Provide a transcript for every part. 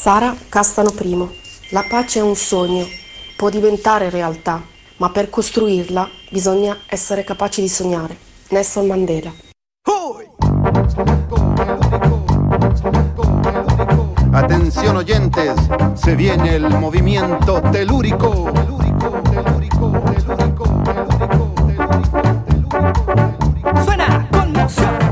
Sara Castano I. La pace è un sogno, può diventare realtà, ma per costruirla bisogna essere capaci di sognare. Nelson Mandela. Atención oyentes, se viene el movimiento telúrico. Suena conmoción.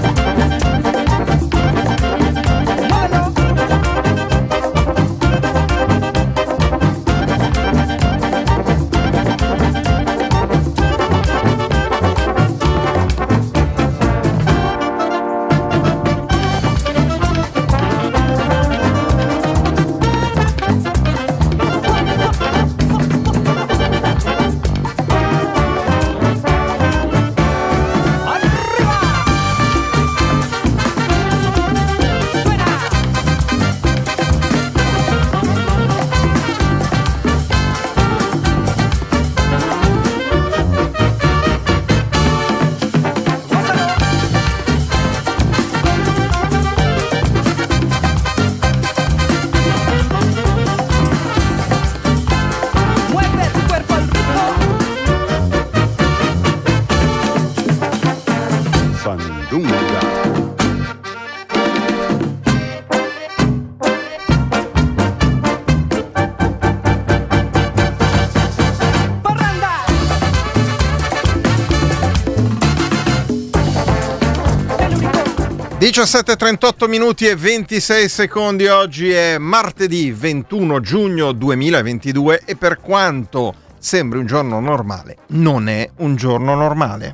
(17:38 e 26 secondi). Oggi è martedì 21 giugno 2022 e per quanto sembri un giorno normale, non è un giorno normale.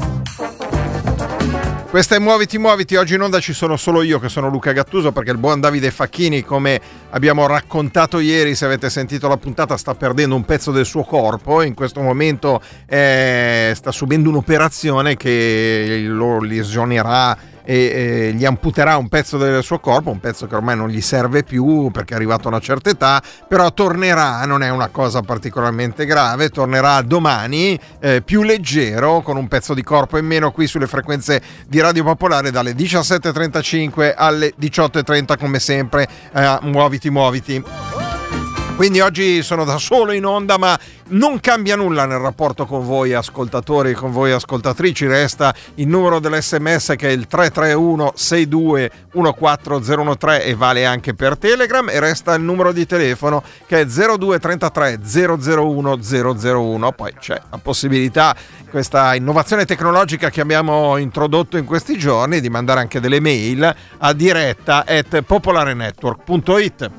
Questa è Muoviti Muoviti. Oggi in onda ci sono solo io, che sono Luca Gattuso, perché il buon Davide Facchini, come abbiamo raccontato ieri, se avete sentito la puntata, sta perdendo un pezzo del suo corpo. In questo momento sta subendo un'operazione che lo lesionerà e gli amputerà un pezzo del suo corpo, un pezzo che ormai non gli serve più perché è arrivato a una certa età, però tornerà, non è una cosa particolarmente grave, tornerà domani più leggero, con un pezzo di corpo in meno, qui sulle frequenze di Radio Popolare dalle 17:35 alle 18:30, come sempre. Muoviti Muoviti. Quindi oggi sono da solo in onda, ma non cambia nulla nel rapporto con voi ascoltatori, con voi ascoltatrici. Resta il numero dell'SMS, che è il 331 62 14013 e vale anche per Telegram, e resta il numero di telefono, che è 0233 001 001. Poi c'è la possibilità, questa innovazione tecnologica che abbiamo introdotto in questi giorni, di mandare anche delle mail a diretta@popolarenetwork.it.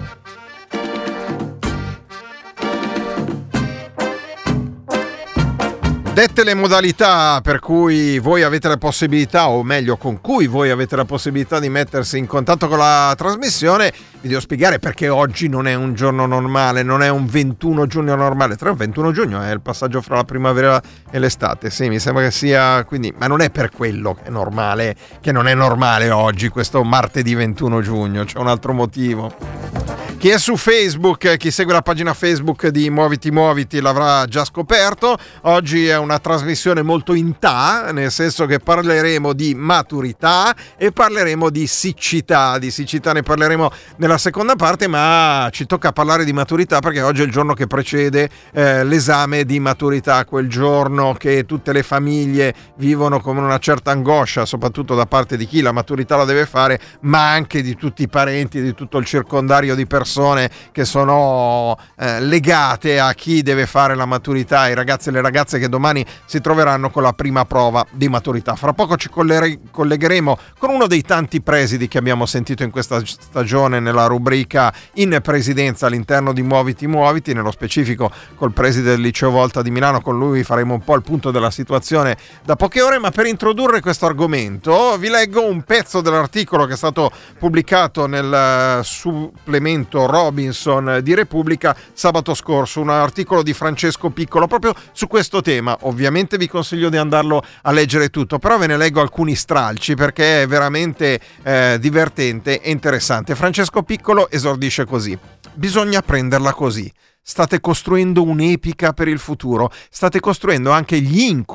Dette le modalità per cui voi avete la possibilità, o meglio con cui voi avete la possibilità di mettersi in contatto con la trasmissione, vi devo spiegare perché oggi non è un giorno normale, non è un 21 giugno normale. Tra il 21 giugno è il passaggio fra la primavera e l'estate, sì, mi sembra che sia, quindi, ma non è per quello che è normale, che non è normale oggi, questo martedì 21 giugno, c'è un altro motivo. Chi è su Facebook, chi segue la pagina Facebook di Muoviti Muoviti l'avrà già scoperto. Oggi è una trasmissione molto in ta, nel senso che parleremo di maturità e parleremo di siccità. Di siccità ne parleremo nella seconda parte, ma ci tocca parlare di maturità perché oggi è il giorno che precede l'esame di maturità, quel giorno che tutte le famiglie vivono con una certa angoscia, soprattutto da parte di chi la maturità la deve fare, ma anche di tutti i parenti, di tutto il circondario di persone che sono legate a chi deve fare la maturità, i ragazzi e le ragazze che domani si troveranno con la prima prova di maturità. Fra poco ci collegheremo con uno dei tanti presidi che abbiamo sentito in questa stagione nella rubrica In Presidenza all'interno di Muoviti Muoviti, nello specifico col preside del Liceo Volta di Milano. Con lui faremo un po' il punto della situazione da poche ore, ma per introdurre questo argomento vi leggo un pezzo dell'articolo che è stato pubblicato nel supplemento Robinson di Repubblica sabato scorso, un articolo di Francesco Piccolo proprio su questo tema. Ovviamente vi consiglio di andarlo a leggere tutto, però ve ne leggo alcuni stralci perché è veramente divertente e interessante. Francesco Piccolo esordisce così: bisogna prenderla così. State costruendo un'epica per il futuro, state costruendo anche gli incubi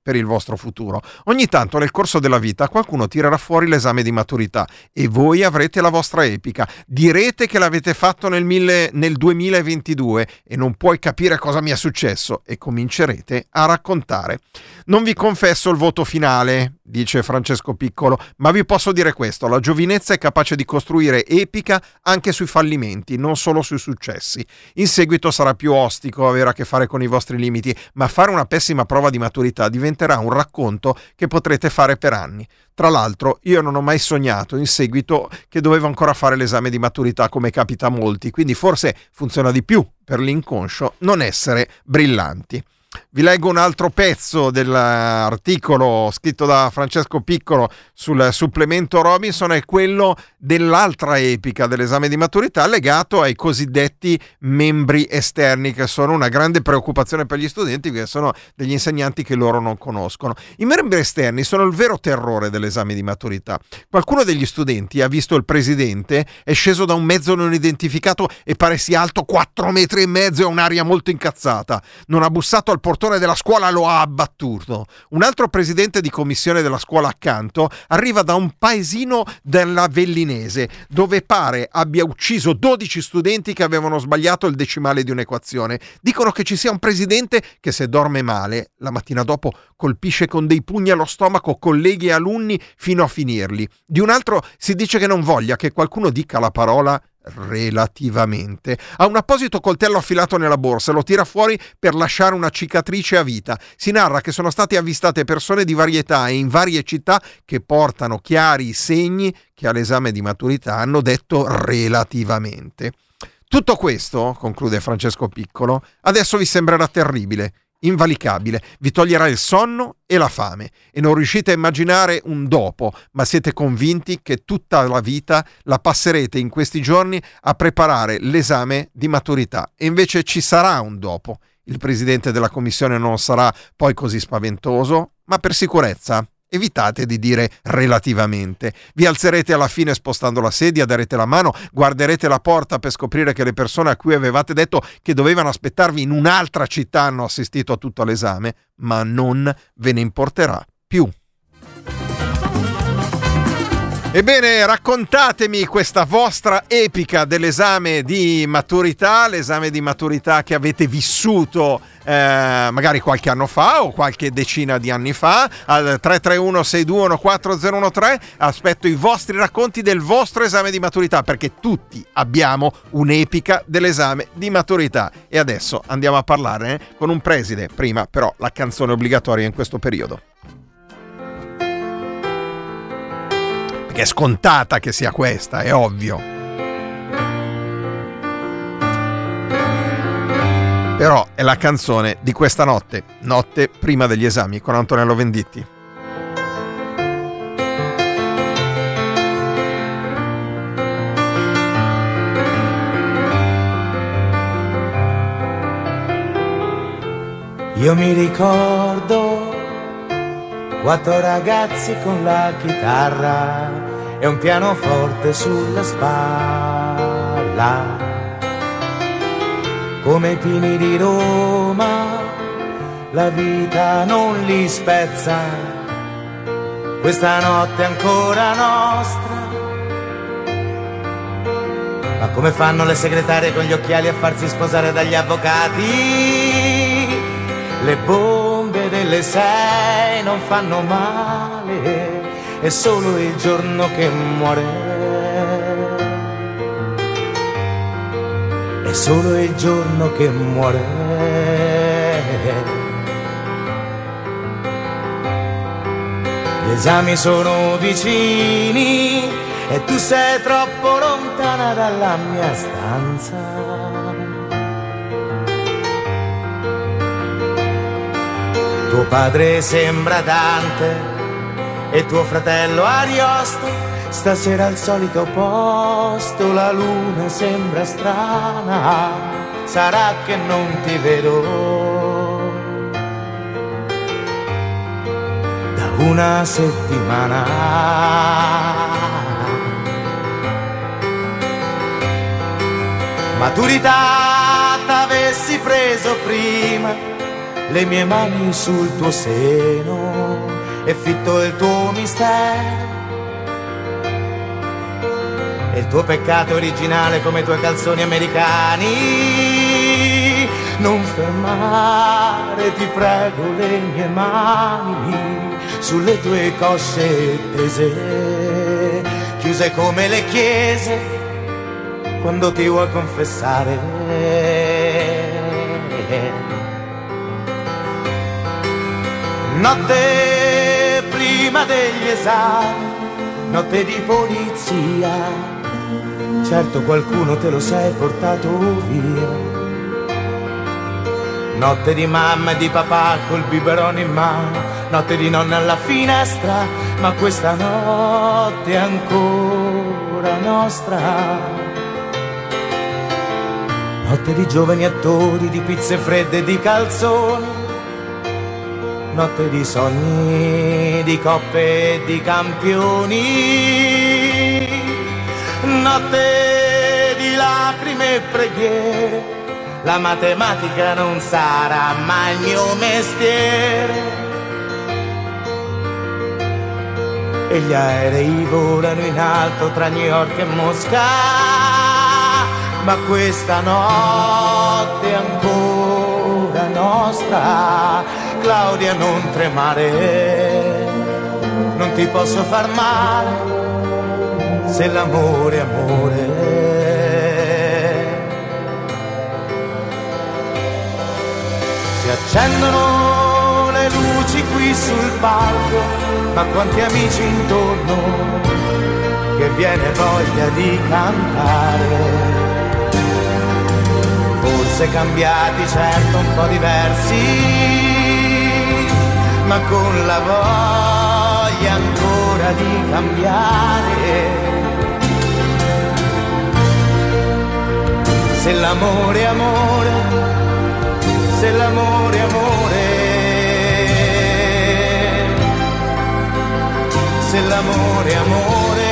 per il vostro futuro. Ogni tanto nel corso della vita qualcuno tirerà fuori l'esame di maturità e voi avrete la vostra epica. Direte che l'avete fatto nel 2022 e non puoi capire cosa mi è successo e comincerete a raccontare. Non vi confesso il voto finale, dice Francesco Piccolo, ma vi posso dire questo: la giovinezza è capace di costruire epica anche sui fallimenti, non solo sui successi. In seguito sarà più ostico avere a che fare con i vostri limiti, ma fare una pessima prova di maturità diventerà un racconto che potrete fare per anni. Tra l'altro, io non ho mai sognato in seguito che dovevo ancora fare l'esame di maturità, come capita a molti, quindi forse funziona di più per l'inconscio non essere brillanti. Vi leggo un altro pezzo dell'articolo scritto da Francesco Piccolo sul supplemento Robinson, è quello dell'altra epica dell'esame di maturità legato ai cosiddetti membri esterni, che sono una grande preoccupazione per gli studenti, perché sono degli insegnanti che loro non conoscono. I membri esterni sono il vero terrore dell'esame di maturità. Qualcuno degli studenti ha visto il presidente, è sceso da un mezzo non identificato e pare sia alto 4,5 metri e ha un'aria molto incazzata. Non ha bussato al portone della scuola, lo ha abbattuto. Un altro presidente di commissione della scuola accanto arriva da un paesino dell'Avellinese, dove pare abbia ucciso 12 studenti che avevano sbagliato il decimale di un'equazione. Dicono che ci sia un presidente che, se dorme male, la mattina dopo colpisce con dei pugni allo stomaco colleghi e alunni fino a finirli. Di un altro si dice che non voglia che qualcuno dica la parola relativamente. Ha un apposito coltello affilato nella borsa, lo tira fuori per lasciare una cicatrice a vita. Si narra che sono state avvistate persone di varie età e in varie città che portano chiari segni che all'esame di maturità hanno detto relativamente. Tutto questo, conclude Francesco Piccolo, adesso vi sembrerà terribile, invalicabile, vi toglierà il sonno e la fame e non riuscite a immaginare un dopo, ma siete convinti che tutta la vita la passerete in questi giorni a preparare l'esame di maturità. E invece ci sarà un dopo. Il presidente della commissione non sarà poi così spaventoso, ma per sicurezza evitate di dire relativamente. Vi alzerete alla fine spostando la sedia, darete la mano, guarderete la porta per scoprire che le persone a cui avevate detto che dovevano aspettarvi in un'altra città hanno assistito a tutto l'esame, ma non ve ne importerà più. Ebbene, raccontatemi questa vostra epica dell'esame di maturità, l'esame di maturità che avete vissuto magari qualche anno fa o qualche decina di anni fa, al 331-621-4013. Aspetto i vostri racconti del vostro esame di maturità, perché tutti abbiamo un'epica dell'esame di maturità. E adesso andiamo a parlare con un preside. Prima però la canzone obbligatoria in questo periodo, perché è scontata che sia questa, è ovvio. Però è la canzone di questa notte prima degli esami, con Antonello Venditti. Io mi ricordo 4 ragazzi con la chitarra e un pianoforte sulla spalla. Come i pini di Roma, la vita non li spezza, questa notte è ancora nostra. Ma come fanno le segretarie con gli occhiali a farsi sposare dagli avvocati? Le bombe delle 6 non fanno male, è solo il giorno che muore. È solo il giorno che muore. Gli esami sono vicini e tu sei troppo lontana dalla mia stanza. Tuo padre sembra Dante e tuo fratello Ariosto. Stasera al solito posto, la luna sembra strana, sarà che non ti vedo da una settimana. Maturità t'avessi preso prima, le mie mani sul tuo seno e fitto il tuo mistero. E il tuo peccato originale come i tuoi calzoni americani. Non fermare, ti prego, le mie mani sulle tue cosce tese, chiuse come le chiese quando ti vuoi confessare. Notte prima degli esami, notte di polizia, certo qualcuno te lo sei portato via. Notte di mamma e di papà col biberone in mano, notte di nonna alla finestra, ma questa notte è ancora nostra. Notte di giovani attori, di pizze fredde e di calzoni, notte di sogni, di coppe e di campioni, notte di lacrime e preghiere. La matematica non sarà mai il mio mestiere. E gli aerei volano in alto tra New York e Mosca, ma questa notte è ancora nostra. Claudia, non tremare, non ti posso far male se l'amore è amore. Si accendono le luci qui sul palco, ma quanti amici intorno che viene voglia di cantare. Forse cambiati, certo un po' diversi, ma con la voglia ancora di cambiare. Se l'amore è amore, se l'amore è amore, se l'amore è amore.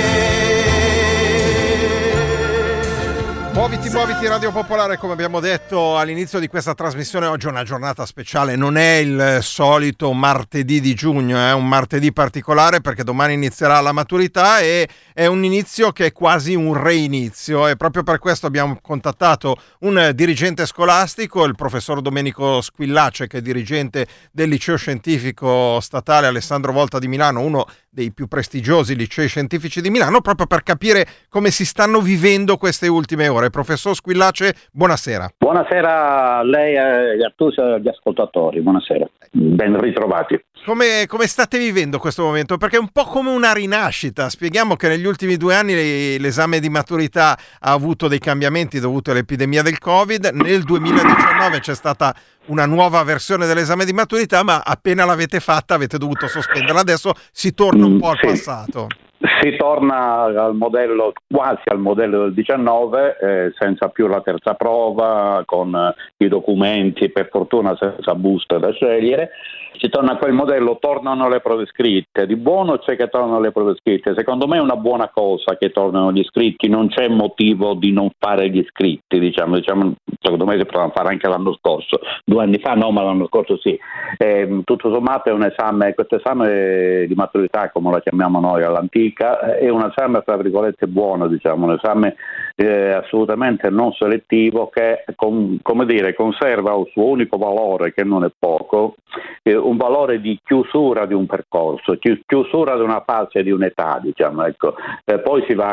Muoviti Radio Popolare, come abbiamo detto all'inizio di questa trasmissione. Oggi è una giornata speciale, non è il solito martedì di giugno, è un martedì particolare perché domani inizierà la maturità e è un inizio che è quasi un reinizio, e proprio per questo abbiamo contattato un dirigente scolastico, il professor Domenico Squillace, che è dirigente del liceo scientifico statale Alessandro Volta di Milano, uno dei più prestigiosi licei scientifici di Milano, proprio per capire come si stanno vivendo queste ultime ore. Professor Squillace, buonasera. Buonasera a lei e a tutti gli ascoltatori, buonasera, ben ritrovati. Come state vivendo questo momento? Perché è un po' come una rinascita. Spieghiamo che negli ultimi 2 anni l'esame di maturità ha avuto dei cambiamenti dovuti all'epidemia del Covid. Nel 2019 c'è stata una nuova versione dell'esame di maturità, ma appena l'avete fatta avete dovuto sospenderla. Adesso si torna un po' al passato. Si torna al modello, quasi al modello del 19, senza più la terza prova, con i documenti, per fortuna senza buste da scegliere. Si torna a quel modello, tornano le prove scritte. Di buono c'è che tornano le prove scritte. Secondo me è una buona cosa che tornano gli scritti, non c'è motivo di non fare gli scritti, diciamo secondo me si potevano fare anche l'anno scorso, 2 anni fa no, ma l'anno scorso sì. Tutto sommato è un esame, questo esame di maturità, come lo chiamiamo noi all'antica, è un esame tra virgolette buono, diciamo, un esame assolutamente non selettivo che conserva il suo unico valore, che non è poco, un valore di chiusura di un percorso, chiusura di una fase, di un'età, diciamo, ecco. Poi si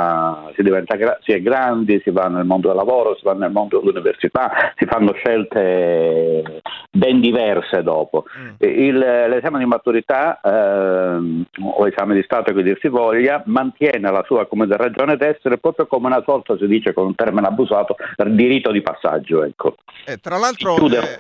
è grandi, si va nel mondo del lavoro, si va nel mondo dell'università, si fanno scelte ben diverse dopo. L'esame di maturità o esame di Stato, che dir si voglia, mantiene la sua ragione d'essere, proprio come una sorta, si dice con un termine abusato, di rito di passaggio, ecco. Tra l'altro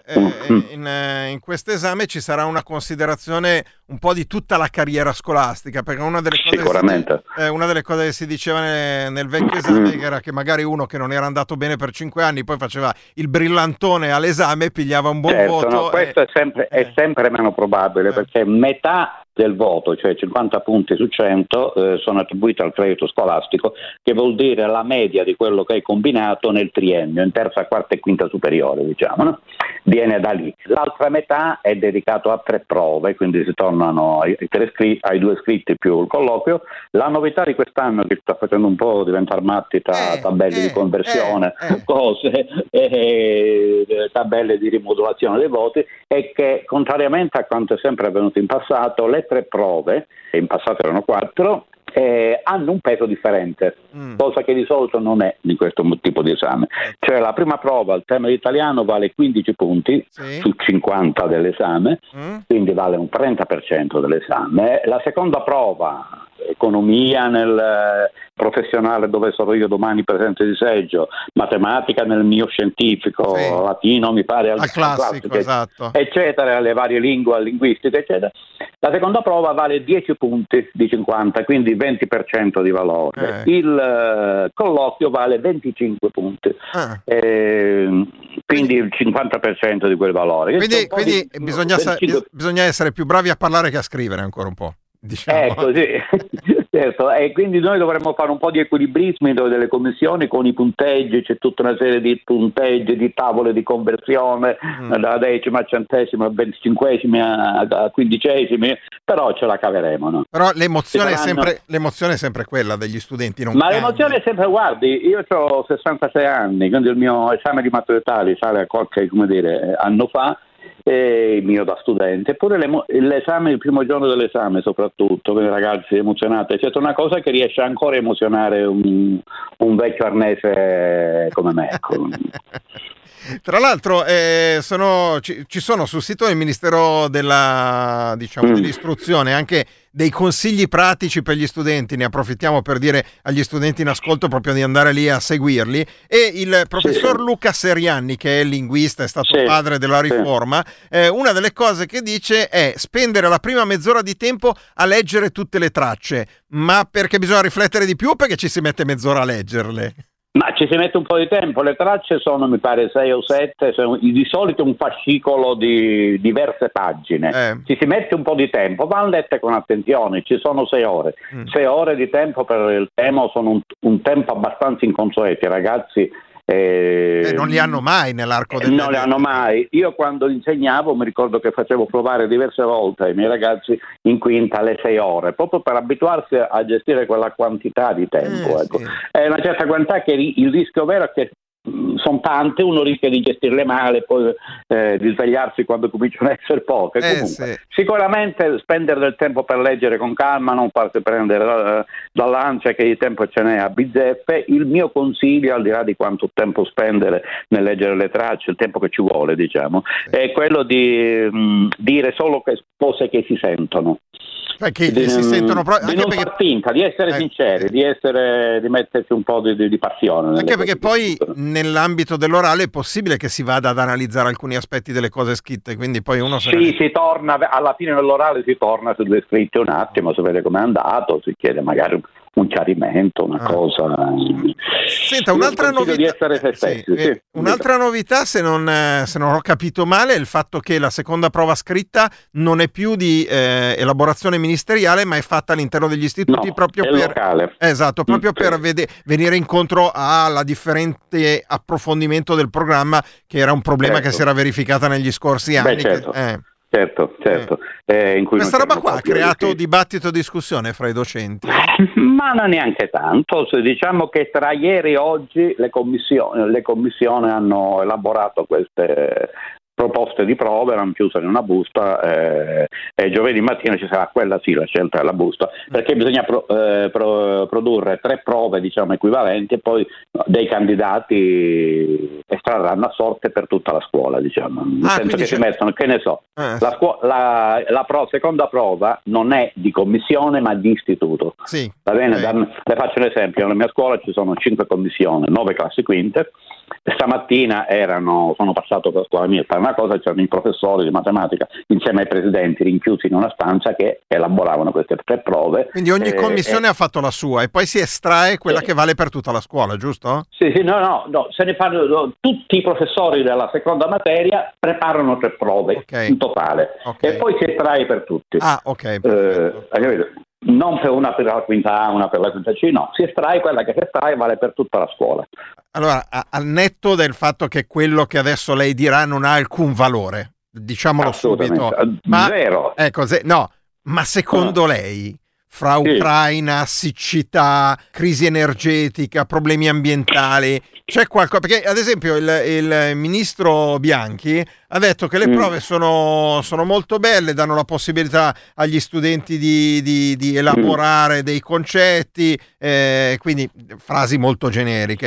in questo esame ci sarà una considerazione un po' di tutta la carriera scolastica, perché una delle cose che si diceva nel vecchio esame era che magari uno che non era andato bene per 5 anni poi faceva il brillantone all'esame, pigliava un buon voto. No, questo è sempre meno probabile, perché metà del voto, cioè 50 punti su 100 sono attribuiti al credito scolastico, che vuol dire la media di quello che hai combinato nel triennio, in terza, quarta e quinta superiore, diciamo, no? Viene da lì. L'altra metà è dedicato a 3 prove, quindi si tornano ai 2 scritti più il colloquio. La novità di quest'anno, che sta facendo un po' diventare matti tra tabelle di conversione, cose, tabelle di rimodulazione dei voti, è che contrariamente a quanto è sempre avvenuto in passato, le 3 prove, che in passato erano 4, hanno un peso differente, cosa che di solito non è in questo tipo di esame. Cioè la prima prova, il tema di italiano, vale 15 punti su 50 dell'esame, quindi vale un 30% dell'esame. La seconda prova, economia nel professionale dove sarò io domani presente di seggio, matematica nel mio scientifico, latino mi pare al classico, esatto, eccetera, le varie lingue linguistiche, eccetera. La seconda prova vale 10 punti di 50, quindi 20% di valore. Il colloquio vale 25 punti, quindi il 50% di quel valore. Quindi bisogna essere più bravi a parlare che a scrivere ancora un po'. Diciamo. Sì, certo, e quindi noi dovremmo fare un po' di equilibrismi delle commissioni con i punteggi, c'è tutta una serie di punteggi, di tavole di conversione, da decima a centesima, a 25esimi a 15esimi, però ce la caveremo, no? Però l'emozione è sempre quella degli studenti, non cambia. L'emozione è sempre, guardi, io ho 66 anni, quindi il mio esame di maturità risale a qualche, anno fa, il mio da studente, eppure l'esame, il primo giorno dell'esame soprattutto, con i ragazzi emozionati, è una cosa che riesce ancora a emozionare un vecchio arnese come me. Tra l'altro ci sono sul sito del Ministero dell'istruzione anche dei consigli pratici per gli studenti. Ne approfittiamo per dire agli studenti in ascolto proprio di andare lì a seguirli, e il professor Luca Serianni, che è linguista, è stato padre della riforma, una delle cose che dice è spendere la prima mezz'ora di tempo a leggere tutte le tracce, ma perché bisogna riflettere di più o perché ci si mette mezz'ora a leggerle? Ma ci si mette un po' di tempo, le tracce sono mi pare 6 o 7, di solito un fascicolo di diverse pagine, ci si mette un po' di tempo, vanno lette con attenzione, ci sono 6 ore, 6 ore di tempo per il tema sono un tempo abbastanza inconsueto, ragazzi. Non li hanno mai nell'arco del non li hanno mai. Io quando insegnavo mi ricordo che facevo provare diverse volte ai miei ragazzi in quinta le 6 ore, proprio per abituarsi a gestire quella quantità di tempo, ecco. È una certa quantità che il rischio vero è che sono tante, uno rischia di gestirle male, poi di svegliarsi quando cominciano a essere poche. Comunque, sicuramente spendere del tempo per leggere con calma, non farsi prendere dall'ansia che di tempo ce n'è a bizzeffe. Il mio consiglio, al di là di quanto tempo spendere nel leggere le tracce, il tempo che ci vuole, diciamo, è quello di dire solo cose che si sentono. Che si sentono di non far finta, di essere sinceri, di metterci un po' di passione. Anche perché poi nell'ambito dell'orale è possibile che si vada ad analizzare alcuni aspetti delle cose scritte, quindi poi uno si torna alla fine dell'orale, si torna su 2 scritti un attimo, si vede com'è andato, si chiede magari un chiarimento, una cosa. Senta, un'altra novità di essere se stessi, un'altra novità, se non ho capito male, è il fatto che la seconda prova scritta non è più di elaborazione ministeriale, ma è fatta all'interno degli istituti, proprio per locale. Esatto, proprio per venire incontro alla differente approfondimento del programma, che era un problema che si era verificata negli scorsi anni. Certo. In cui questa roba qua ha creato dibattito e discussione fra i docenti? Ma non neanche tanto, diciamo che tra ieri e oggi le commissioni hanno elaborato queste proposte di prove, erano chiuse in una busta, e giovedì mattina ci sarà la scelta della busta, perché bisogna produrre 3 prove, diciamo, equivalenti, e poi dei candidati estrarranno a sorte per tutta la scuola, diciamo, nel senso che si mettono, che ne so, la seconda prova non è di commissione ma di istituto, va bene? Le faccio un esempio: nella mia scuola ci sono 5 commissioni, 9 classi quinte. Stamattina sono passato per scuola mia, una cosa, c'erano i professori di matematica insieme ai presidenti rinchiusi in una stanza che elaboravano queste 3 prove. Quindi ogni commissione ha fatto la sua e poi si estrae quella che vale per tutta la scuola, giusto? Sì, no, se ne fanno tutti i professori della seconda materia preparano 3 prove in totale e poi si estrae per tutti. Ah, ok. Perfetto. Non per una per la quinta A, una per la quinta C, no, si estrae quella che si estrae vale per tutta la scuola. Allora, al netto del fatto che quello che adesso lei dirà non ha alcun valore, diciamolo subito. Ma, zero. Ecco, ma secondo lei, fra Ucraina, siccità, crisi energetica, problemi ambientali, c'è qualcosa? Perché ad esempio il ministro Bianchi ha detto che le prove sono molto belle, danno la possibilità agli studenti di elaborare dei concetti, quindi frasi molto generiche.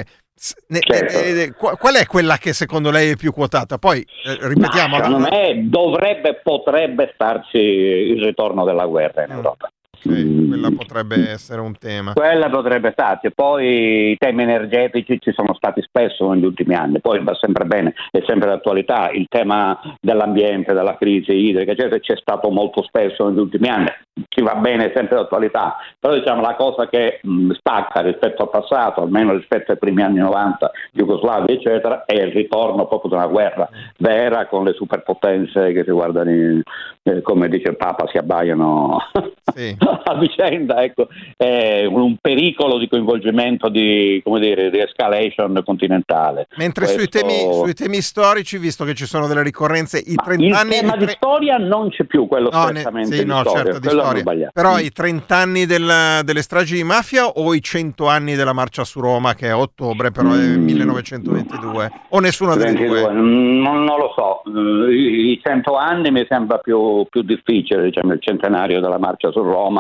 Qual è quella che secondo lei è più quotata? Poi ripetiamo. Secondo me potrebbe starci il ritorno della guerra in Europa. Quella potrebbe essere un tema. Quella potrebbe starci. Poi i temi energetici ci sono stati spesso negli ultimi anni, poi va sempre bene, è sempre d'attualità. Il tema dell'ambiente, della crisi idrica, eccetera, c'è stato molto spesso negli ultimi anni, ci va bene, è sempre d'attualità. Però diciamo la cosa che stacca rispetto al passato, almeno rispetto ai primi anni 90, Jugoslavia eccetera, è il ritorno proprio di una guerra vera con le superpotenze che si guardano, come dice il Papa, si abbaiano a vicenda, ecco. È un pericolo di coinvolgimento di escalation continentale. Mentre sui temi storici, visto che ci sono delle ricorrenze, i 30 anni... Il tema di storia non c'è più, quello strettamente di storia. Certo, di storia. Però i 30 anni delle stragi di mafia o i 100 anni della marcia su Roma, che è a ottobre, però è 1922? O nessuna delle due? Non lo so. I 100 anni mi sembra più difficile, diciamo, il centenario della marcia su Roma.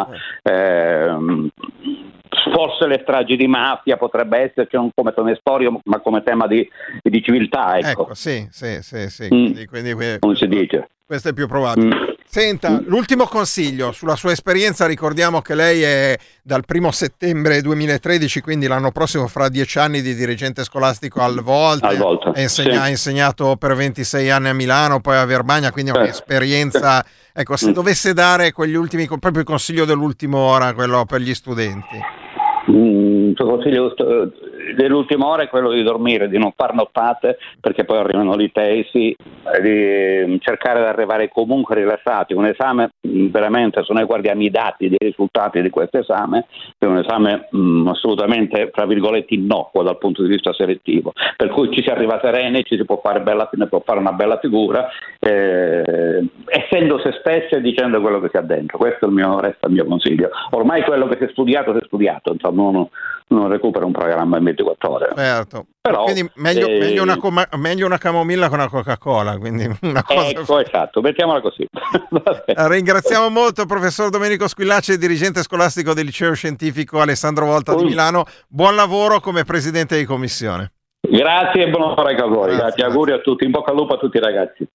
Forse le stragi di mafia potrebbe esserci non come tema storico ma come tema di civiltà, ecco. Sì. Quindi, come si dice? Questo è più probabile. Senta, l'ultimo consiglio sulla sua esperienza, ricordiamo che lei è dal 1 settembre 2013, quindi l'anno prossimo fra 10 anni di dirigente scolastico al Volta. Ha insegnato per 26 anni a Milano, poi a Verbania, quindi è un'esperienza. Ecco, se dovesse dare quegli ultimi, proprio il consiglio dell'ultima ora, quello per gli studenti. Il consiglio dell'ultima ora è quello di dormire, di non far nottate perché poi arrivano le tesi, di cercare di arrivare comunque rilassati. Un esame veramente, se noi guardiamo i dati dei risultati di questo esame, è un esame assolutamente, tra virgolette, innocuo dal punto di vista selettivo, per cui ci si arriva sereni, ci si può fare una bella figura, essendo se stessi e dicendo quello che si ha dentro. Questo resta il mio consiglio. Ormai quello che si è studiato, insomma, non recupera un programma in 24 ore. Certo. Però, quindi meglio una camomilla con una Coca-Cola, quindi una cosa. Ecco, esatto, mettiamola così. Ringraziamo molto professor Domenico Squillace, dirigente scolastico del Liceo Scientifico Alessandro Volta di Milano. Buon lavoro come presidente di commissione. Grazie e buon lavoro a voi. Grazie, auguri a tutti, in bocca al lupo a tutti i ragazzi.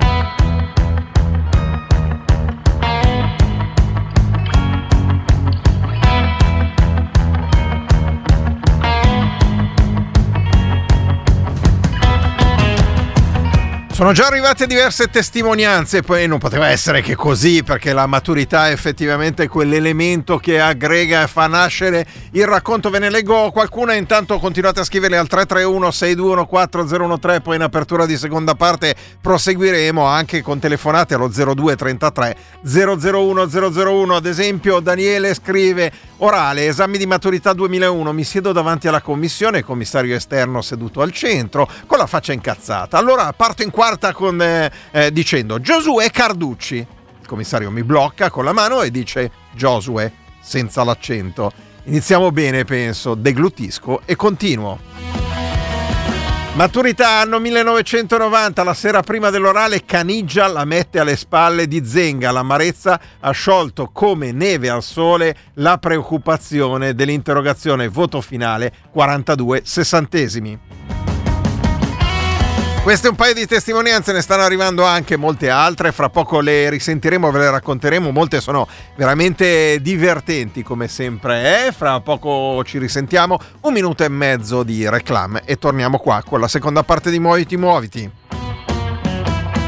Sono già arrivate diverse testimonianze, poi non poteva essere che così, perché la maturità è effettivamente quell'elemento che aggrega e fa nascere il racconto. Ve ne leggo qualcuna, intanto continuate a scriverle al 331-621-4013, poi in apertura di seconda parte proseguiremo anche con telefonate allo 0233 001 001. Ad esempio Daniele scrive: orale, esami di maturità 2001, mi siedo davanti alla commissione, il commissario esterno seduto al centro con la faccia incazzata. Allora parto in quarta dicendo Giosuè Carducci. Il commissario mi blocca con la mano e dice Giosuè senza l'accento. Iniziamo bene, penso, deglutisco e continuo. Maturità anno 1990, la sera prima dell'orale Caniggia la mette alle spalle di Zenga. L'amarezza ha sciolto come neve al sole la preoccupazione dell'interrogazione. Voto finale 42 sessantesimi. Queste un paio di testimonianze, ne stanno arrivando anche molte altre, fra poco le risentiremo, ve le racconteremo, molte sono veramente divertenti come sempre, fra poco ci risentiamo, 1 minuto e mezzo di reclame e torniamo qua con la seconda parte di Muoviti.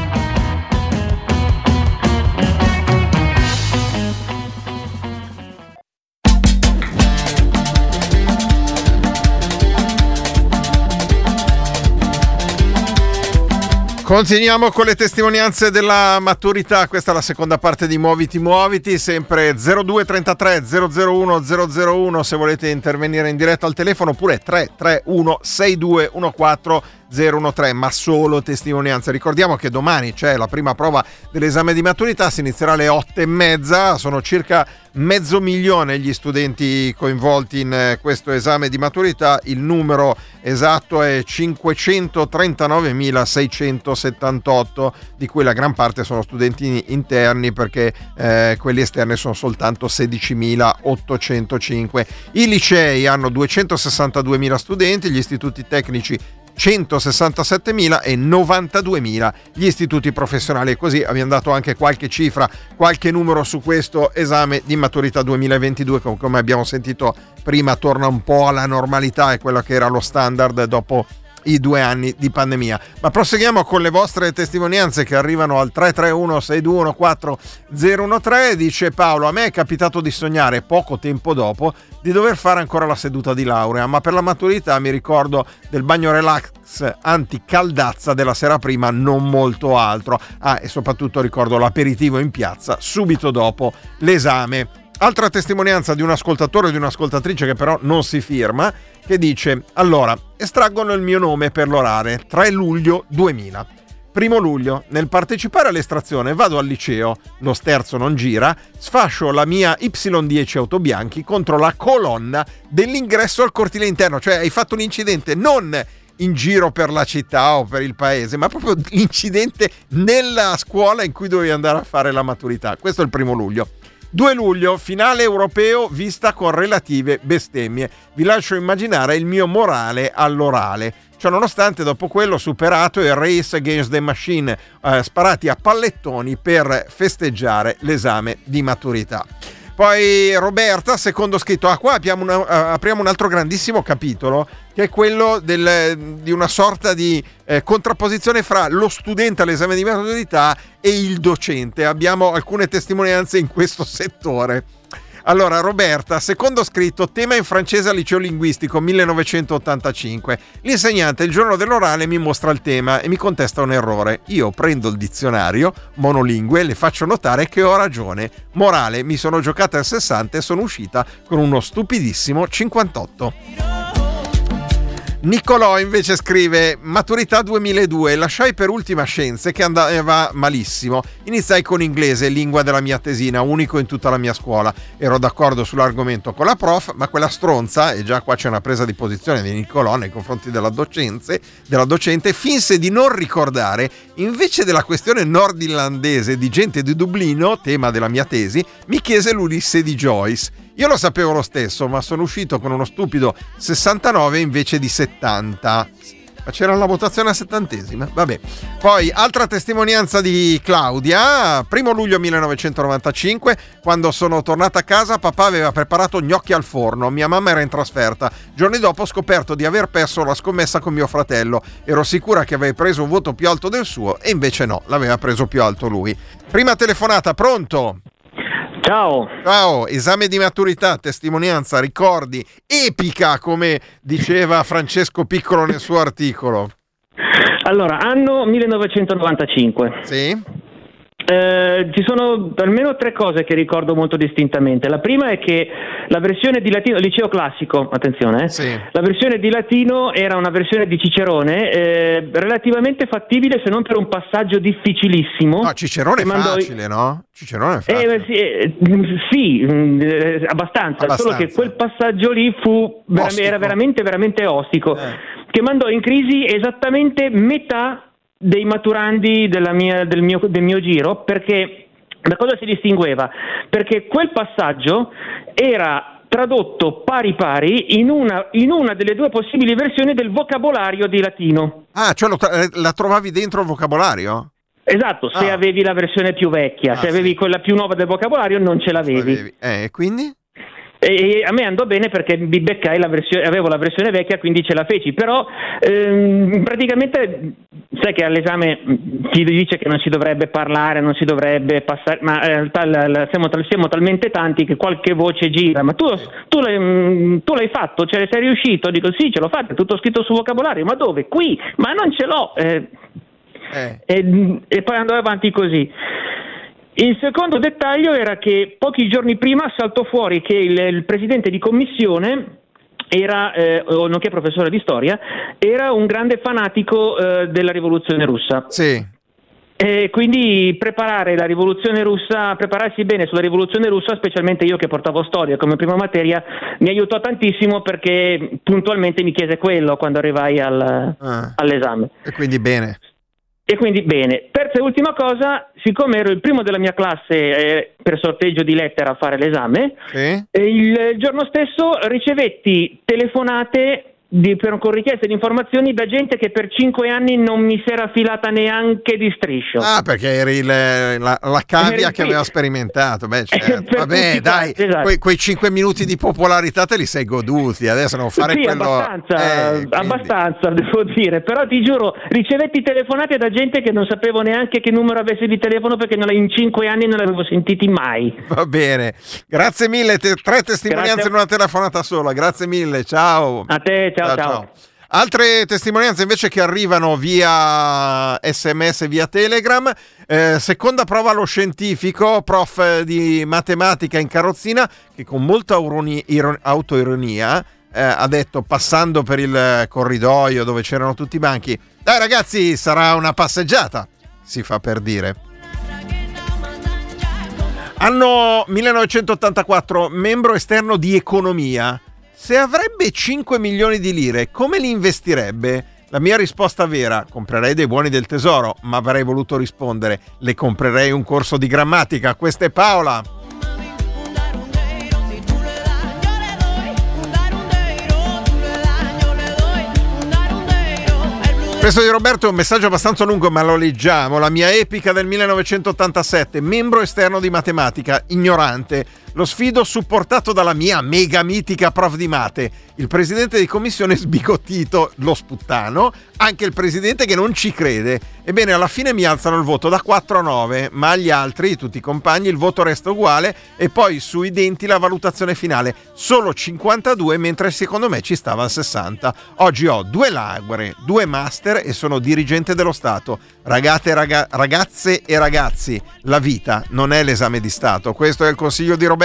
Continuiamo con le testimonianze della maturità. Questa è la seconda parte di Muoviti, sempre 0233 001 001 se volete intervenire in diretta al telefono, oppure 331 6214 013, ma solo testimonianze. Ricordiamo che domani c'è la prima prova dell'esame di maturità, si inizierà alle 8:30, sono circa 500.000 gli studenti coinvolti in questo esame di maturità, il numero esatto è 539.678, di cui la gran parte sono studenti interni, perché quelli esterni sono soltanto 16.805. I licei hanno 262.000 studenti, gli istituti tecnici 167.000 e 92.000 gli istituti professionali. E così abbiamo dato anche qualche cifra, qualche numero su questo esame di maturità 2022, come abbiamo sentito prima torna un po' alla normalità, è quello che era lo standard dopo i 2 anni di pandemia. Ma proseguiamo con le vostre testimonianze che arrivano al 331 6214 013. Dice Paolo: a me è capitato di sognare poco tempo dopo di dover fare ancora la seduta di laurea, ma per la maturità mi ricordo del bagno relax anti-caldazza della sera prima, non molto altro. E soprattutto ricordo l'aperitivo in piazza subito dopo l'esame. Altra testimonianza di un ascoltatore o di un'ascoltatrice che però non si firma, che dice: allora, estraggono il mio nome per l'orale, 3 luglio 2000. 1 luglio, nel partecipare all'estrazione vado al liceo, lo sterzo non gira, sfascio la mia Y10 autobianchi contro la colonna dell'ingresso al cortile interno. Cioè hai fatto un incidente non in giro per la città o per il paese, ma proprio l'incidente nella scuola in cui dovevi andare a fare la maturità. Questo è il 1 luglio. 2 luglio, finale europeo vista con relative bestemmie. Vi lascio immaginare il mio morale all'orale. Cioè, nonostante dopo quello superato il Race Against the Machine, sparati a pallettoni per festeggiare l'esame di maturità. Poi Roberta, secondo scritto, qua apriamo un altro grandissimo capitolo, che è quello di una sorta di contrapposizione fra lo studente all'esame di maturità e il docente. Abbiamo alcune testimonianze in questo settore. Allora, Roberta, secondo scritto, tema in francese al liceo linguistico 1985. L'insegnante il giorno dell'orale mi mostra il tema e mi contesta un errore. Io prendo il dizionario monolingue e le faccio notare che ho ragione. Morale, mi sono giocata il 60 e sono uscita con uno stupidissimo 58. Nicolò invece scrive: maturità 2002, lasciai per ultima scienze che andava malissimo, iniziai con inglese, lingua della mia tesina, unico in tutta la mia scuola. Ero d'accordo sull'argomento con la prof, ma quella stronza, e già qua c'è una presa di posizione di Nicolò nei confronti della docente, finse di non ricordare, invece della questione nordirlandese di gente di Dublino, tema della mia tesi, mi chiese l'Ulisse di Joyce. Io lo sapevo lo stesso, ma sono uscito con uno stupido 69 invece di 70. Ma c'era la votazione a 70esima. Vabbè. Poi altra testimonianza di Claudia. 1 luglio 1995, quando sono tornata a casa, papà aveva preparato gnocchi al forno, mia mamma era in trasferta. Giorni dopo ho scoperto di aver perso la scommessa con mio fratello. Ero sicura che avevo preso un voto più alto del suo e invece no, l'aveva preso più alto lui. Prima telefonata, pronto? Ciao, esame di maturità, testimonianza, ricordi, epica, come diceva Francesco Piccolo nel suo articolo. Allora, anno 1995. Sì. Ci sono almeno 3 cose che ricordo molto distintamente. La prima è che la versione di latino, liceo classico, attenzione, sì. La versione di latino era una versione di Cicerone, relativamente fattibile se non per un passaggio difficilissimo. No, Cicerone è facile, no? Cicerone è facile. Sì, abbastanza, solo che quel passaggio lì era veramente, veramente ostico, che mandò in crisi esattamente metà dei maturandi del mio giro. Perché da cosa si distingueva? Perché quel passaggio era tradotto pari pari in una delle 2 possibili versioni del vocabolario di latino. Cioè la trovavi dentro il vocabolario? Esatto, se avevi la versione più vecchia, se avevi quella più nuova del vocabolario non ce l'avevi. E quindi? E a me andò bene perché mi beccai avevo la versione vecchia, quindi ce la feci. Però praticamente sai che all'esame ti dice che non si dovrebbe parlare, non si dovrebbe passare, ma in realtà siamo talmente tanti che qualche voce gira. Ma tu l'hai fatto, sei riuscito? Dico sì, ce l'ho fatta, tutto scritto sul vocabolario. Ma dove? Qui? Ma non ce l'ho. e poi andò avanti così. Il secondo dettaglio era che pochi giorni prima saltò fuori che il presidente di commissione era, nonché professore di storia, era un grande fanatico della rivoluzione russa. Sì. E quindi prepararsi bene sulla rivoluzione russa, specialmente io che portavo storia come prima materia, mi aiutò tantissimo, perché puntualmente mi chiese quello quando arrivai all'esame. E quindi bene. Terza e ultima cosa, siccome ero il primo della mia classe per sorteggio di lettera a fare l'esame, il giorno stesso ricevetti telefonate con richieste di informazioni da gente che per 5 anni non mi si era filata neanche di striscio. Ah, perché eri la cavia che aveva sperimentato. Beh, certo. Vabbè, dai, esatto. quei 5 minuti di popolarità te li sei goduti. Adesso non fare quello. Abbastanza, devo dire. Però ti giuro, ricevetti telefonate da gente che non sapevo neanche che numero avesse di telefono, perché in 5 anni non l'avevo sentiti mai. Va bene, grazie mille. 3 testimonianze in una telefonata sola. Grazie mille, ciao. A te, ciao. Altre testimonianze invece che arrivano via SMS, via Telegram. Seconda prova allo scientifico, prof di matematica in carrozzina, che con molta autoironia ha detto, passando per il corridoio dove c'erano tutti i banchi: dai ragazzi, sarà una passeggiata, si fa per dire. Anno 1984, membro esterno di economia. Se avrebbe 5 milioni di lire, come li investirebbe? La mia risposta vera: comprerei dei buoni del tesoro, ma avrei voluto rispondere: le comprerei un corso di grammatica. Questa è Paola. Questo di Roberto è un messaggio abbastanza lungo, ma lo leggiamo. La mia epica del 1987, membro esterno di matematica, ignorante. Lo sfido supportato dalla mia mega mitica prof di mate. Il presidente di commissione sbigottito, lo sputtano, anche il presidente che non ci crede. Ebbene, alla fine mi alzano il voto da 4 a 9, ma agli altri, tutti i compagni, il voto resta uguale, e poi sui denti la valutazione finale. Solo 52, mentre secondo me ci stava al 60. Oggi ho 2 lauree, 2 master e sono dirigente dello Stato. Ragazze e ragazzi, la vita non è l'esame di Stato. Questo è il consiglio di Roberto.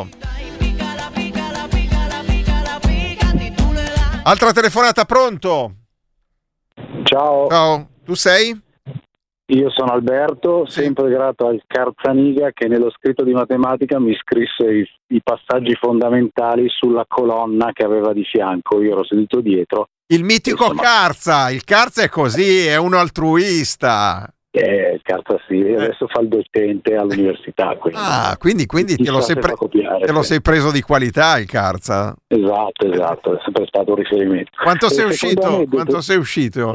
Altra telefonata, pronto? Ciao. Tu sei? Io sono Alberto, sempre grato al Carzaniga che nello scritto di matematica mi scrisse i passaggi fondamentali sulla colonna che aveva di fianco. Io ero seduto dietro. Il mitico Carza. Il Carza è così, è uno altruista. Carta sì, adesso fa il docente all'università. Quindi te lo sei preso di qualità il Carza. Esatto, è sempre stato un riferimento. Quanto sei uscito?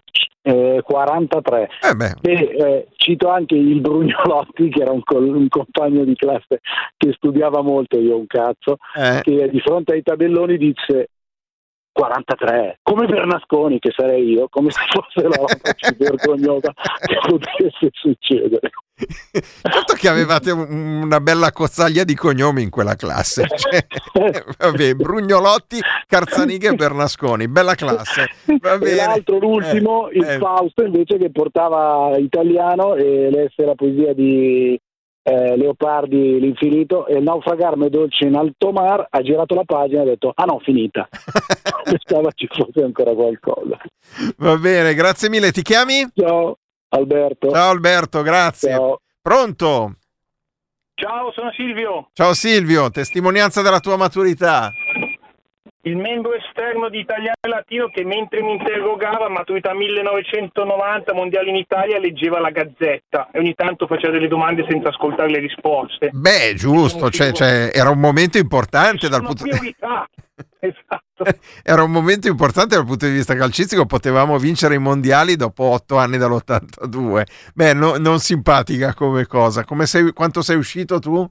43. Cito anche il Brugnolotti, che era un compagno di classe che studiava molto, io un cazzo, che di fronte ai tabelloni dice 43, come Bernasconi, che sarei io, come se fosse la roba più vergognosa che potesse succedere. Certo che avevate una bella cozzaglia di cognomi in quella classe. Brugnolotti, Carzaniga e Bernasconi, bella classe. Va bene. E l'altro, l'ultimo, il Fausto invece, che portava italiano e lesse la poesia di Leopardi, L'infinito, e il naufragarmi dolce in alto mar, ha girato la pagina e ha detto no, finita. Pensava ci fosse ancora qualcosa. Va bene, grazie mille. Ti chiami? Ciao Alberto, grazie. Ciao. Pronto? Ciao, sono Silvio. Ciao Silvio, testimonianza della tua maturità. Il membro esterno di Italiano e Latino che, mentre mi interrogava, maturità 1990, mondiale in Italia, leggeva la Gazzetta e ogni tanto faceva delle domande senza ascoltare le risposte. Beh, giusto, era un momento importante dal punto di vista. Esatto. Era un momento importante dal punto di vista calcistico, potevamo vincere i mondiali dopo 8 anni dall'82. Beh, non simpatica come cosa. Quanto sei uscito tu?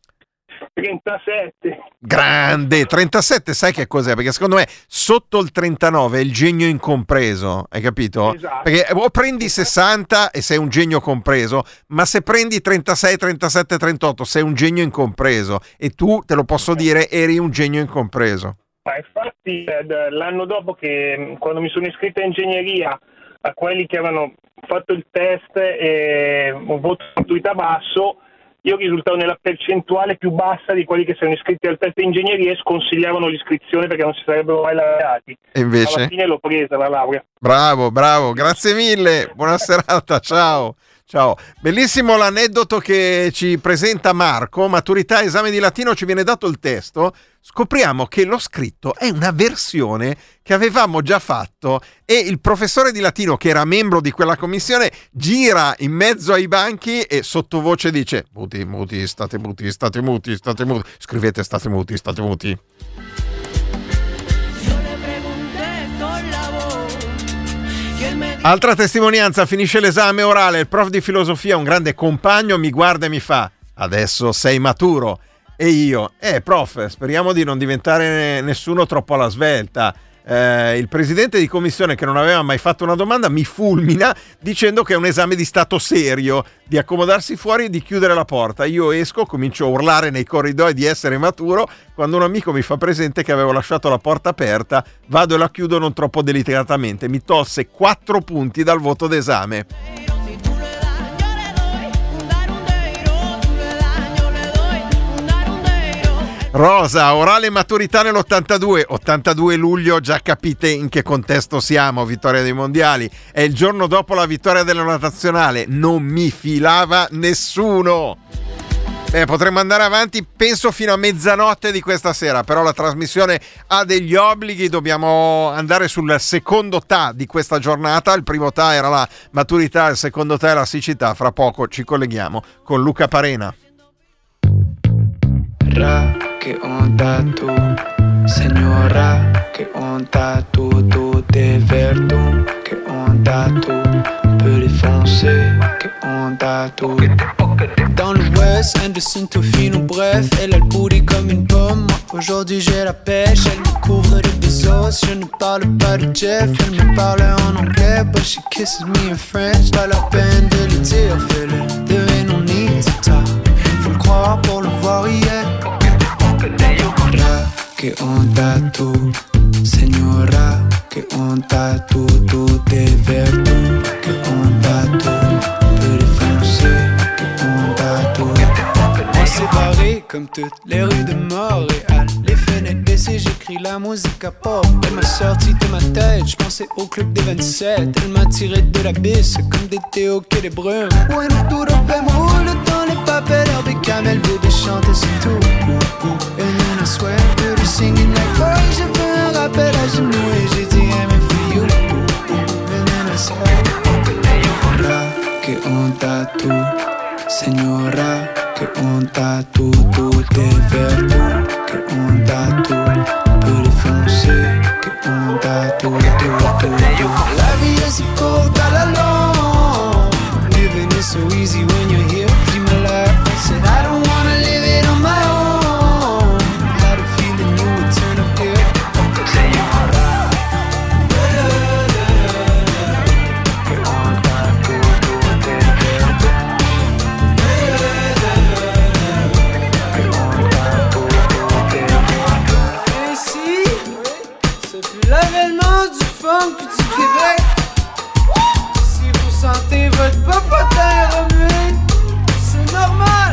37. Grande, 37, sai che cos'è? Perché secondo me sotto il 39 è il genio incompreso, hai capito? Esatto. Perché o prendi 60 e sei un genio compreso, ma se prendi 36, 37, 38 sei un genio incompreso, e tu, te lo posso dire, eri un genio incompreso. Ma infatti l'anno dopo, che quando mi sono iscritto a ingegneria, a quelli che avevano fatto il test e ho avuto maturità basso. Io risultavo nella percentuale più bassa di quelli che sono iscritti al test di ingegneria e sconsigliavano l'iscrizione perché non si sarebbero mai laureati. E invece? Alla fine l'ho presa la laurea. Bravo, grazie mille, buona serata, ciao. Bellissimo l'aneddoto che ci presenta Marco. Maturità, esame di latino, ci viene dato il testo, scopriamo che lo scritto è una versione che avevamo già fatto e il professore di latino, che era membro di quella commissione, gira in mezzo ai banchi e sottovoce dice: muti, state muti, scrivete state muti. Altra testimonianza: finisce l'esame orale, il prof di filosofia, un grande compagno, mi guarda e mi fa: adesso sei maturo. E io: prof, speriamo di non diventare nessuno troppo alla svelta. Il presidente di commissione, che non aveva mai fatto una domanda, mi fulmina dicendo che è un esame di stato serio, di accomodarsi fuori e di chiudere la porta. Io esco, comincio a urlare nei corridoi di essere maturo, quando un amico mi fa presente che avevo lasciato la porta aperta, vado e la chiudo non troppo delicatamente. Mi tolse 4 punti dal voto d'esame. Rosa, orale maturità nell'82, 82 luglio, già capite in che contesto siamo, vittoria dei mondiali, è il giorno dopo la vittoria della nazionale, non mi filava nessuno. Potremmo andare avanti, penso fino a mezzanotte di questa sera, però la trasmissione ha degli obblighi, dobbiamo andare sul secondo TA di questa giornata. Il primo TA era la maturità, il secondo TA è la siccità. Fra poco ci colleghiamo con Luca Parena. Che honta tu, señora, que honta tu, de verdun, que honta tu, peu défoncer, que honta tu. Dans l'ouest, Anderson, Tofino, bref, elle a le booty comme une pomme. Moi, aujourd'hui j'ai la pêche, elle me couvre de bezos. Je ne parle pas de Jeff, elle me parle en anglais, but she kisses me in French. Pas la peine de le dire, fais-le, there ain't no need to talk. Faut le croire pour le voir hier. Que honta tu, señora, que honta tu, de verdun, que honta tu, peu défoncer, que honta tu. On s'est barré comme toutes les rues de Montréal, les fenêtres baissées, j'écris la musique à pop. Elle m'a sorti de ma tête, j'pensais au club des 27. Elle m'a tiré de la bisse comme des Théo qui des brumes. Ouais, nous tout me roule dans les papels, herbe et camel, bébé chante, c'est tout. And then I swear to the singing like boy, j'ai fait un rappel à genoux et j'ai dit I'm for you. And then I said, que honta tu, señora, que honta tu, de verdun, que honta tu, peu défoncer, que honta tu. La vie est si courte à la longue, living is so easy when you're here. Dis my life, I said I don't wanna live it on my own. Had a feeling you would turn up here. Et si c'est plus l'avènement du funk que du Québec, si vous sentez votre popotin remuer, c'est normal.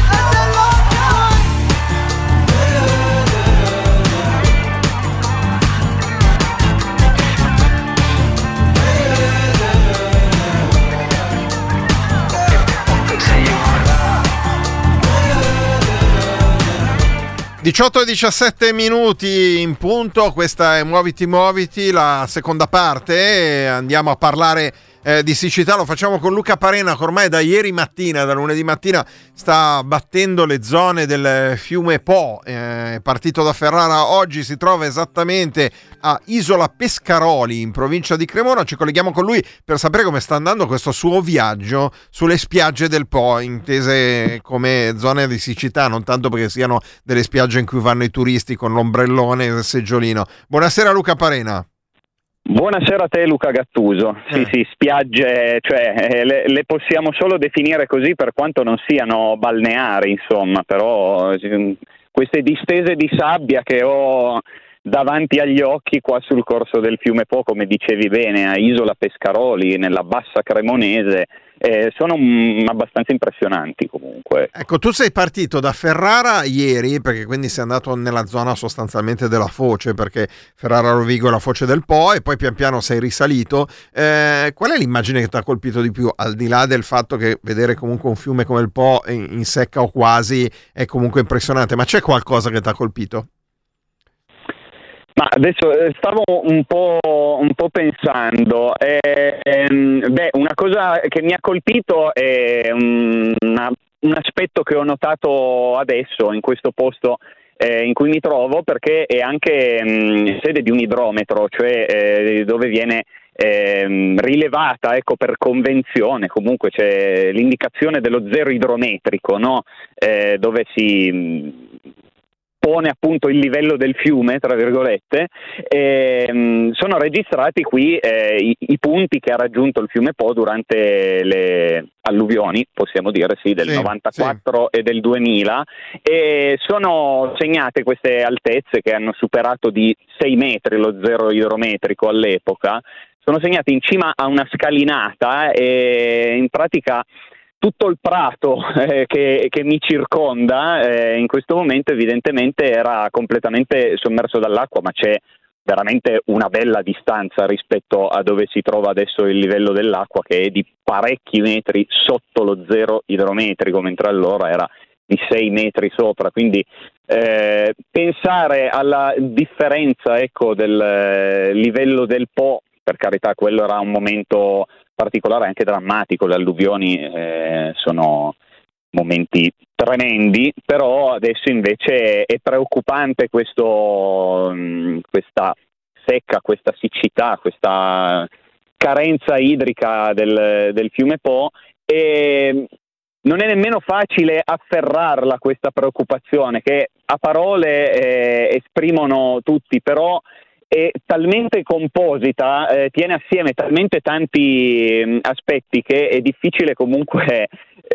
e 17 minuti in punto, questa è Muoviti, la seconda parte, andiamo a parlare di siccità, lo facciamo con Luca Parena che ormai da ieri mattina, da lunedì mattina, sta battendo le zone del fiume Po, partito da Ferrara, oggi si trova esattamente a Isola Pescaroli in provincia di Cremona. Ci colleghiamo con lui per sapere come sta andando questo suo viaggio sulle spiagge del Po, intese come zone di siccità, non tanto perché siano delle spiagge in cui vanno i turisti con l'ombrellone e il seggiolino. Buonasera Luca Parena. Buonasera a te Luca Gattuso. Sì, spiagge, cioè le possiamo solo definire così per quanto non siano balneari, insomma, però queste distese di sabbia che ho davanti agli occhi qua sul corso del fiume Po, come dicevi bene, a Isola Pescaroli, nella bassa Cremonese. Sono abbastanza impressionanti comunque. Ecco, tu sei partito da Ferrara ieri, perché quindi sei andato nella zona sostanzialmente della foce, perché Ferrara Rovigo è la foce del Po, e poi pian piano sei risalito. Qual è l'immagine che ti ha colpito di più, al di là del fatto che vedere comunque un fiume come il Po in secca o quasi è comunque impressionante, ma c'è qualcosa che ti ha colpito? Ma adesso stavo un po' pensando, una cosa che mi ha colpito è un aspetto che ho notato adesso in questo posto in cui mi trovo, perché è anche sede di un idrometro, cioè dove viene rilevata, ecco, per convenzione, comunque c'è l'indicazione dello zero idrometrico, no? Dove si pone appunto il livello del fiume, tra virgolette. Sono registrati qui i punti che ha raggiunto il fiume Po durante le alluvioni, possiamo dire, sì, del 94 e del 2000, e sono segnate queste altezze che hanno superato di 6 metri lo zero idrometrico all'epoca. Sono segnate in cima a una scalinata, e in pratica tutto il prato che mi circonda in questo momento evidentemente era completamente sommerso dall'acqua, ma c'è veramente una bella distanza rispetto a dove si trova adesso il livello dell'acqua, che è di parecchi metri sotto lo zero idrometrico, mentre allora era di 6 metri sopra. Quindi pensare alla differenza, ecco, del livello del Po, per carità, quello era un momento particolare, anche drammatico, le alluvioni sono momenti tremendi, però adesso invece è preoccupante questa secca, questa siccità, questa carenza idrica del fiume Po, e non è nemmeno facile afferrarla questa preoccupazione, che a parole esprimono tutti, però è talmente composita, tiene assieme talmente tanti aspetti, che è difficile comunque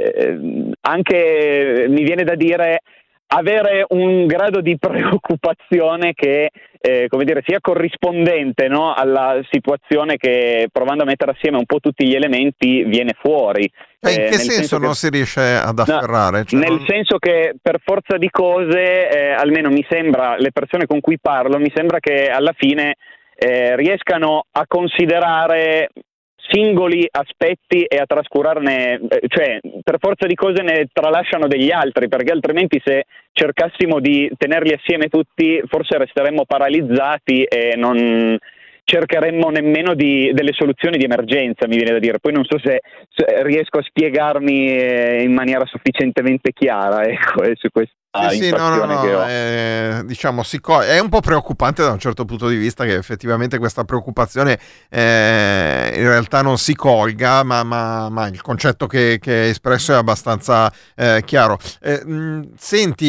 anche, mi viene da dire, avere un grado di preoccupazione che come dire, sia corrispondente, no, alla situazione che, provando a mettere assieme un po' tutti gli elementi, viene fuori. In che senso non si riesce ad afferrare? No, nel senso che, per forza di cose, almeno mi sembra, le persone con cui parlo, mi sembra che alla fine riescano a considerare singoli aspetti e a trascurarne, cioè per forza di cose ne tralasciano degli altri, perché altrimenti, se cercassimo di tenerli assieme tutti, forse resteremmo paralizzati e non cercheremmo nemmeno delle soluzioni di emergenza, mi viene da dire. Poi non so se riesco a spiegarmi in maniera sufficientemente chiara, ecco, su questa impressione che ho. Diciamo, è un po' preoccupante da un certo punto di vista che effettivamente questa preoccupazione in realtà non si colga, ma il concetto che è espresso è abbastanza chiaro. Senti,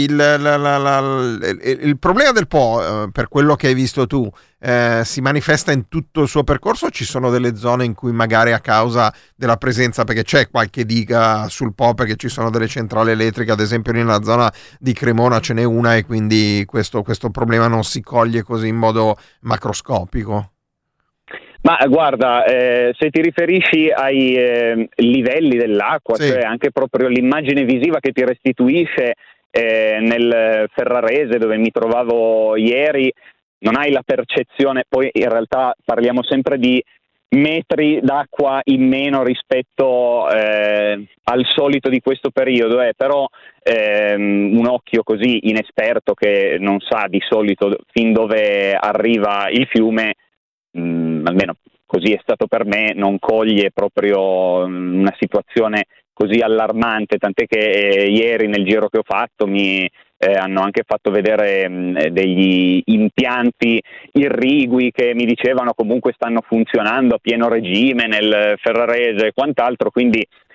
il problema del Po, per quello che hai visto tu, si manifesta in tutto il suo percorso, o ci sono delle zone in cui magari, a causa della presenza, perché c'è qualche diga sul Po, perché ci sono delle centrali elettriche, ad esempio nella zona di Cremona ce n'è una, e quindi questo problema non si coglie così in modo macroscopico? Ma guarda, se ti riferisci ai livelli dell'acqua, sì, cioè anche proprio l'immagine visiva che ti restituisce nel Ferrarese, dove mi trovavo ieri, non hai la percezione, poi in realtà parliamo sempre di metri d'acqua in meno rispetto al solito di questo periodo, però un occhio così inesperto, che non sa di solito fin dove arriva il fiume, almeno così è stato per me, non coglie proprio una situazione così allarmante, tant'è che ieri, nel giro che ho fatto, mi hanno anche fatto vedere degli impianti irrigui che mi dicevano comunque stanno funzionando a pieno regime nel Ferrarese e quant'altro, quindi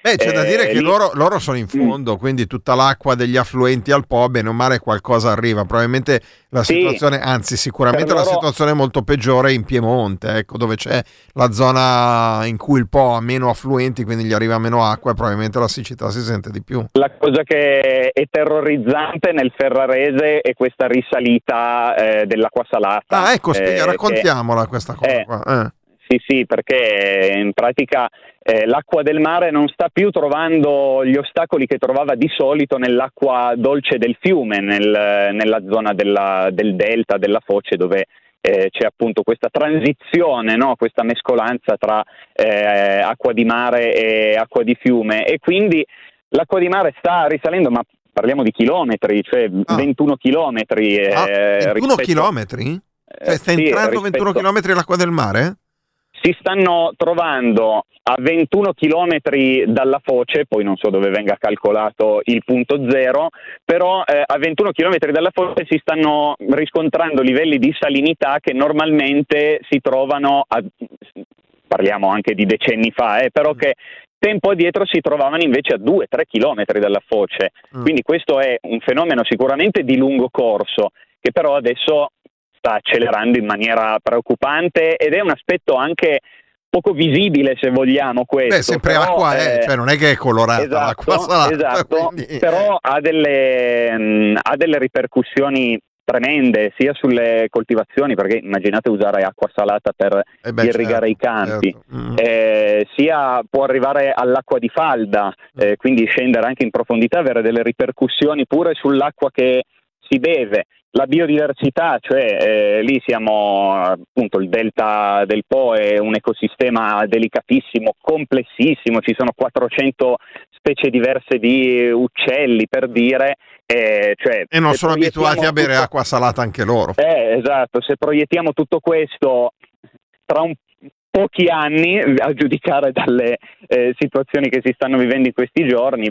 C'è da dire che loro sono in fondo, quindi tutta l'acqua degli affluenti al Po, bene o male qualcosa arriva. Probabilmente la situazione, anzi sicuramente la situazione è molto peggiore in Piemonte, ecco, dove c'è la zona in cui il Po ha meno affluenti, quindi gli arriva meno acqua e probabilmente la siccità si sente di più. La cosa che è terrorizzante nel Ferrarese è questa risalita dell'acqua salata. Ecco, raccontiamola questa cosa qua. Sì, perché in pratica l'acqua del mare non sta più trovando gli ostacoli che trovava di solito nell'acqua dolce del fiume, nella zona del delta, della foce, dove c'è appunto questa transizione, no? Questa mescolanza tra acqua di mare e acqua di fiume, e quindi l'acqua di mare sta risalendo, ma parliamo di chilometri, cioè 21 chilometri. 21 chilometri? Cioè sta entrando 21 chilometri l'acqua del mare? Si stanno trovando a 21 chilometri dalla foce, poi non so dove venga calcolato il punto zero, però a 21 chilometri dalla foce si stanno riscontrando livelli di salinità che normalmente si trovano, parliamo anche di decenni fa, però che tempo addietro si trovavano invece a 2-3 chilometri dalla foce. Quindi questo è un fenomeno sicuramente di lungo corso, che però adesso sta accelerando in maniera preoccupante, ed è un aspetto anche poco visibile, se vogliamo, questo. Sempre però, acqua cioè non è che è colorata, l'acqua salata. Esatto, quindi... però ha delle ripercussioni tremende sia sulle coltivazioni, perché immaginate usare acqua salata per irrigare i campi, sia può arrivare all'acqua di falda, quindi scendere anche in profondità, avere delle ripercussioni pure sull'acqua che si beve. La biodiversità, cioè lì siamo appunto, il delta del Po è un ecosistema delicatissimo, complessissimo, ci sono 400 specie diverse di uccelli, per dire, e non sono abituati a bere acqua salata anche loro. Esatto, se proiettiamo tutto questo tra pochi anni, a giudicare dalle situazioni che si stanno vivendo in questi giorni,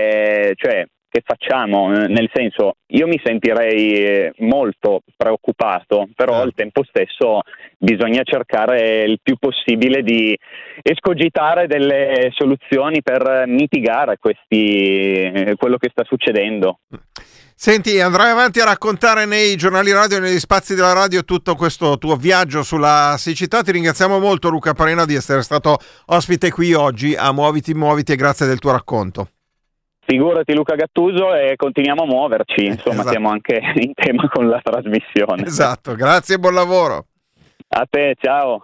che facciamo? Nel senso, io mi sentirei molto preoccupato, però al tempo stesso bisogna cercare il più possibile di escogitare delle soluzioni per mitigare quello che sta succedendo. Senti, andrai avanti a raccontare nei giornali radio e negli spazi della radio tutto questo tuo viaggio sulla siccità. Ti ringraziamo molto, Luca Parena, di essere stato ospite qui oggi a Muoviti e grazie del tuo racconto. Figurati, Luca Gattuso, e continuiamo a muoverci, insomma, esatto. Siamo anche in tema con la trasmissione. Esatto, grazie e buon lavoro. A te, ciao.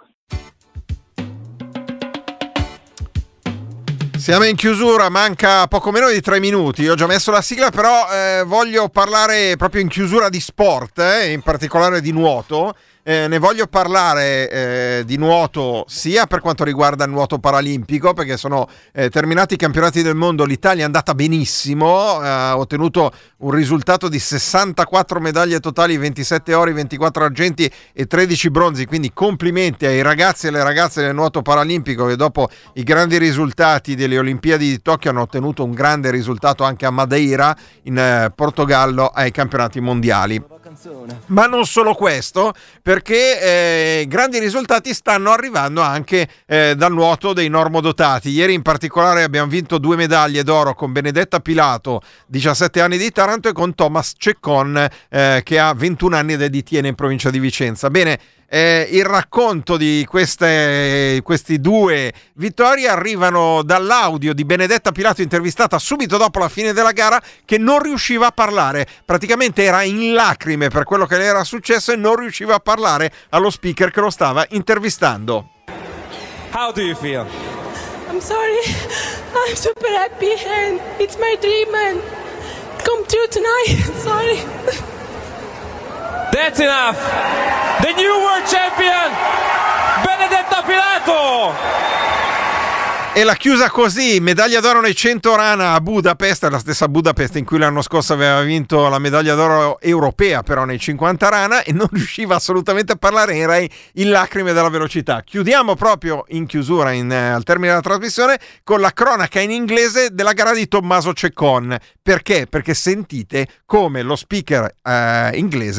Siamo in chiusura, manca poco meno di 3 minuti, io ho già messo la sigla, però voglio parlare proprio in chiusura di sport, in particolare di nuoto. Ne voglio parlare di nuoto sia per quanto riguarda il nuoto paralimpico, perché sono terminati i campionati del mondo, l'Italia è andata benissimo, ha ottenuto un risultato di 64 medaglie totali, 27 ori, 24 argenti e 13 bronzi, quindi complimenti ai ragazzi e alle ragazze del nuoto paralimpico che dopo i grandi risultati delle Olimpiadi di Tokyo hanno ottenuto un grande risultato anche a Madeira in Portogallo ai campionati mondiali. Ma non solo questo, perché grandi risultati stanno arrivando anche dal nuoto dei normodotati. Ieri in particolare abbiamo vinto 2 medaglie d'oro con Benedetta Pilato, 17 anni di Taranto, e con Thomas Ceccon che ha 21 anni ed è di Tiene in provincia di Vicenza. Bene, il racconto di questi 2 vittorie arrivano dall'audio di Benedetta Pilato, intervistata subito dopo la fine della gara, che non riusciva a parlare, praticamente era in lacrime per quello che le era successo e non riusciva a parlare allo speaker che lo stava intervistando. How do you feel? I'm sorry, I'm super happy and it's my dream and come true tonight. Sorry. That's enough. The new world champion, Benedetta Pilato. E l'ha chiusa così, medaglia d'oro nei 100 rana a Budapest, la stessa Budapest in cui l'anno scorso aveva vinto la medaglia d'oro europea, però nei 50 rana, e non riusciva assolutamente a parlare, era in lacrime dalla velocità. Chiudiamo proprio in chiusura, al termine della trasmissione, con la cronaca in inglese della gara di Tommaso Ceccon. Perché? Perché sentite come lo speaker inglese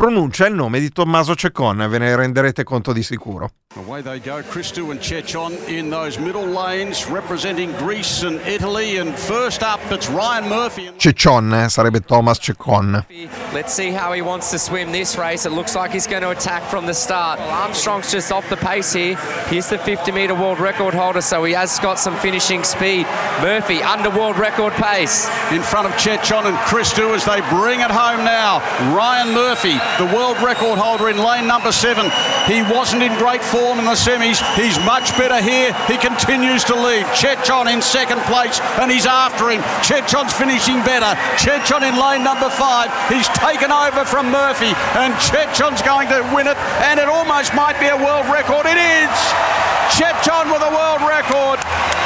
pronuncia il nome di Tommaso Ceccon, ve ne renderete conto di sicuro. Away they go, Christou and Ceccon in those middle lanes representing Greece and Italy, and first up it's Ryan Murphy. Ceccon, sarebbe Thomas Ceccon. Let's see how he wants to swim this race. It looks like he's going to attack from the start. Armstrong's just off the pace here. He's the 50-metre world record holder, so he has got some finishing speed. Murphy under world record pace. In front of Ceccon and Christou as they bring it home now. Ryan Murphy, the world record holder in lane number 7. He wasn't in great form in the semis. He's much better here. He continues to lead. Ceccon in second place and he's after him. Ceccon's finishing better. Ceccon in lane number 5. He's taken over from Murphy and Ceccon's going to win it, and it almost might be a world record. It is! Ceccon with a world record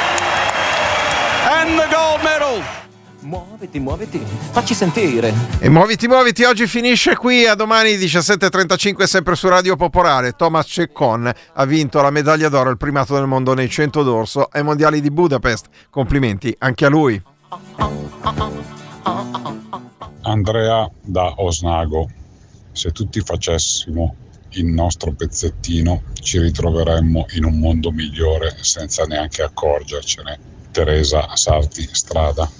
and the gold medal. Muoviti, facci sentire. E muoviti, oggi finisce qui, a domani 17:35 sempre su Radio Popolare. Thomas Ceccon ha vinto la medaglia d'oro, il primato del mondo nei 100 d'orso ai mondiali di Budapest. Complimenti anche a lui. Andrea da Osnago: se tutti facessimo il nostro pezzettino ci ritroveremmo in un mondo migliore senza neanche accorgercene. Teresa Sarti Strada.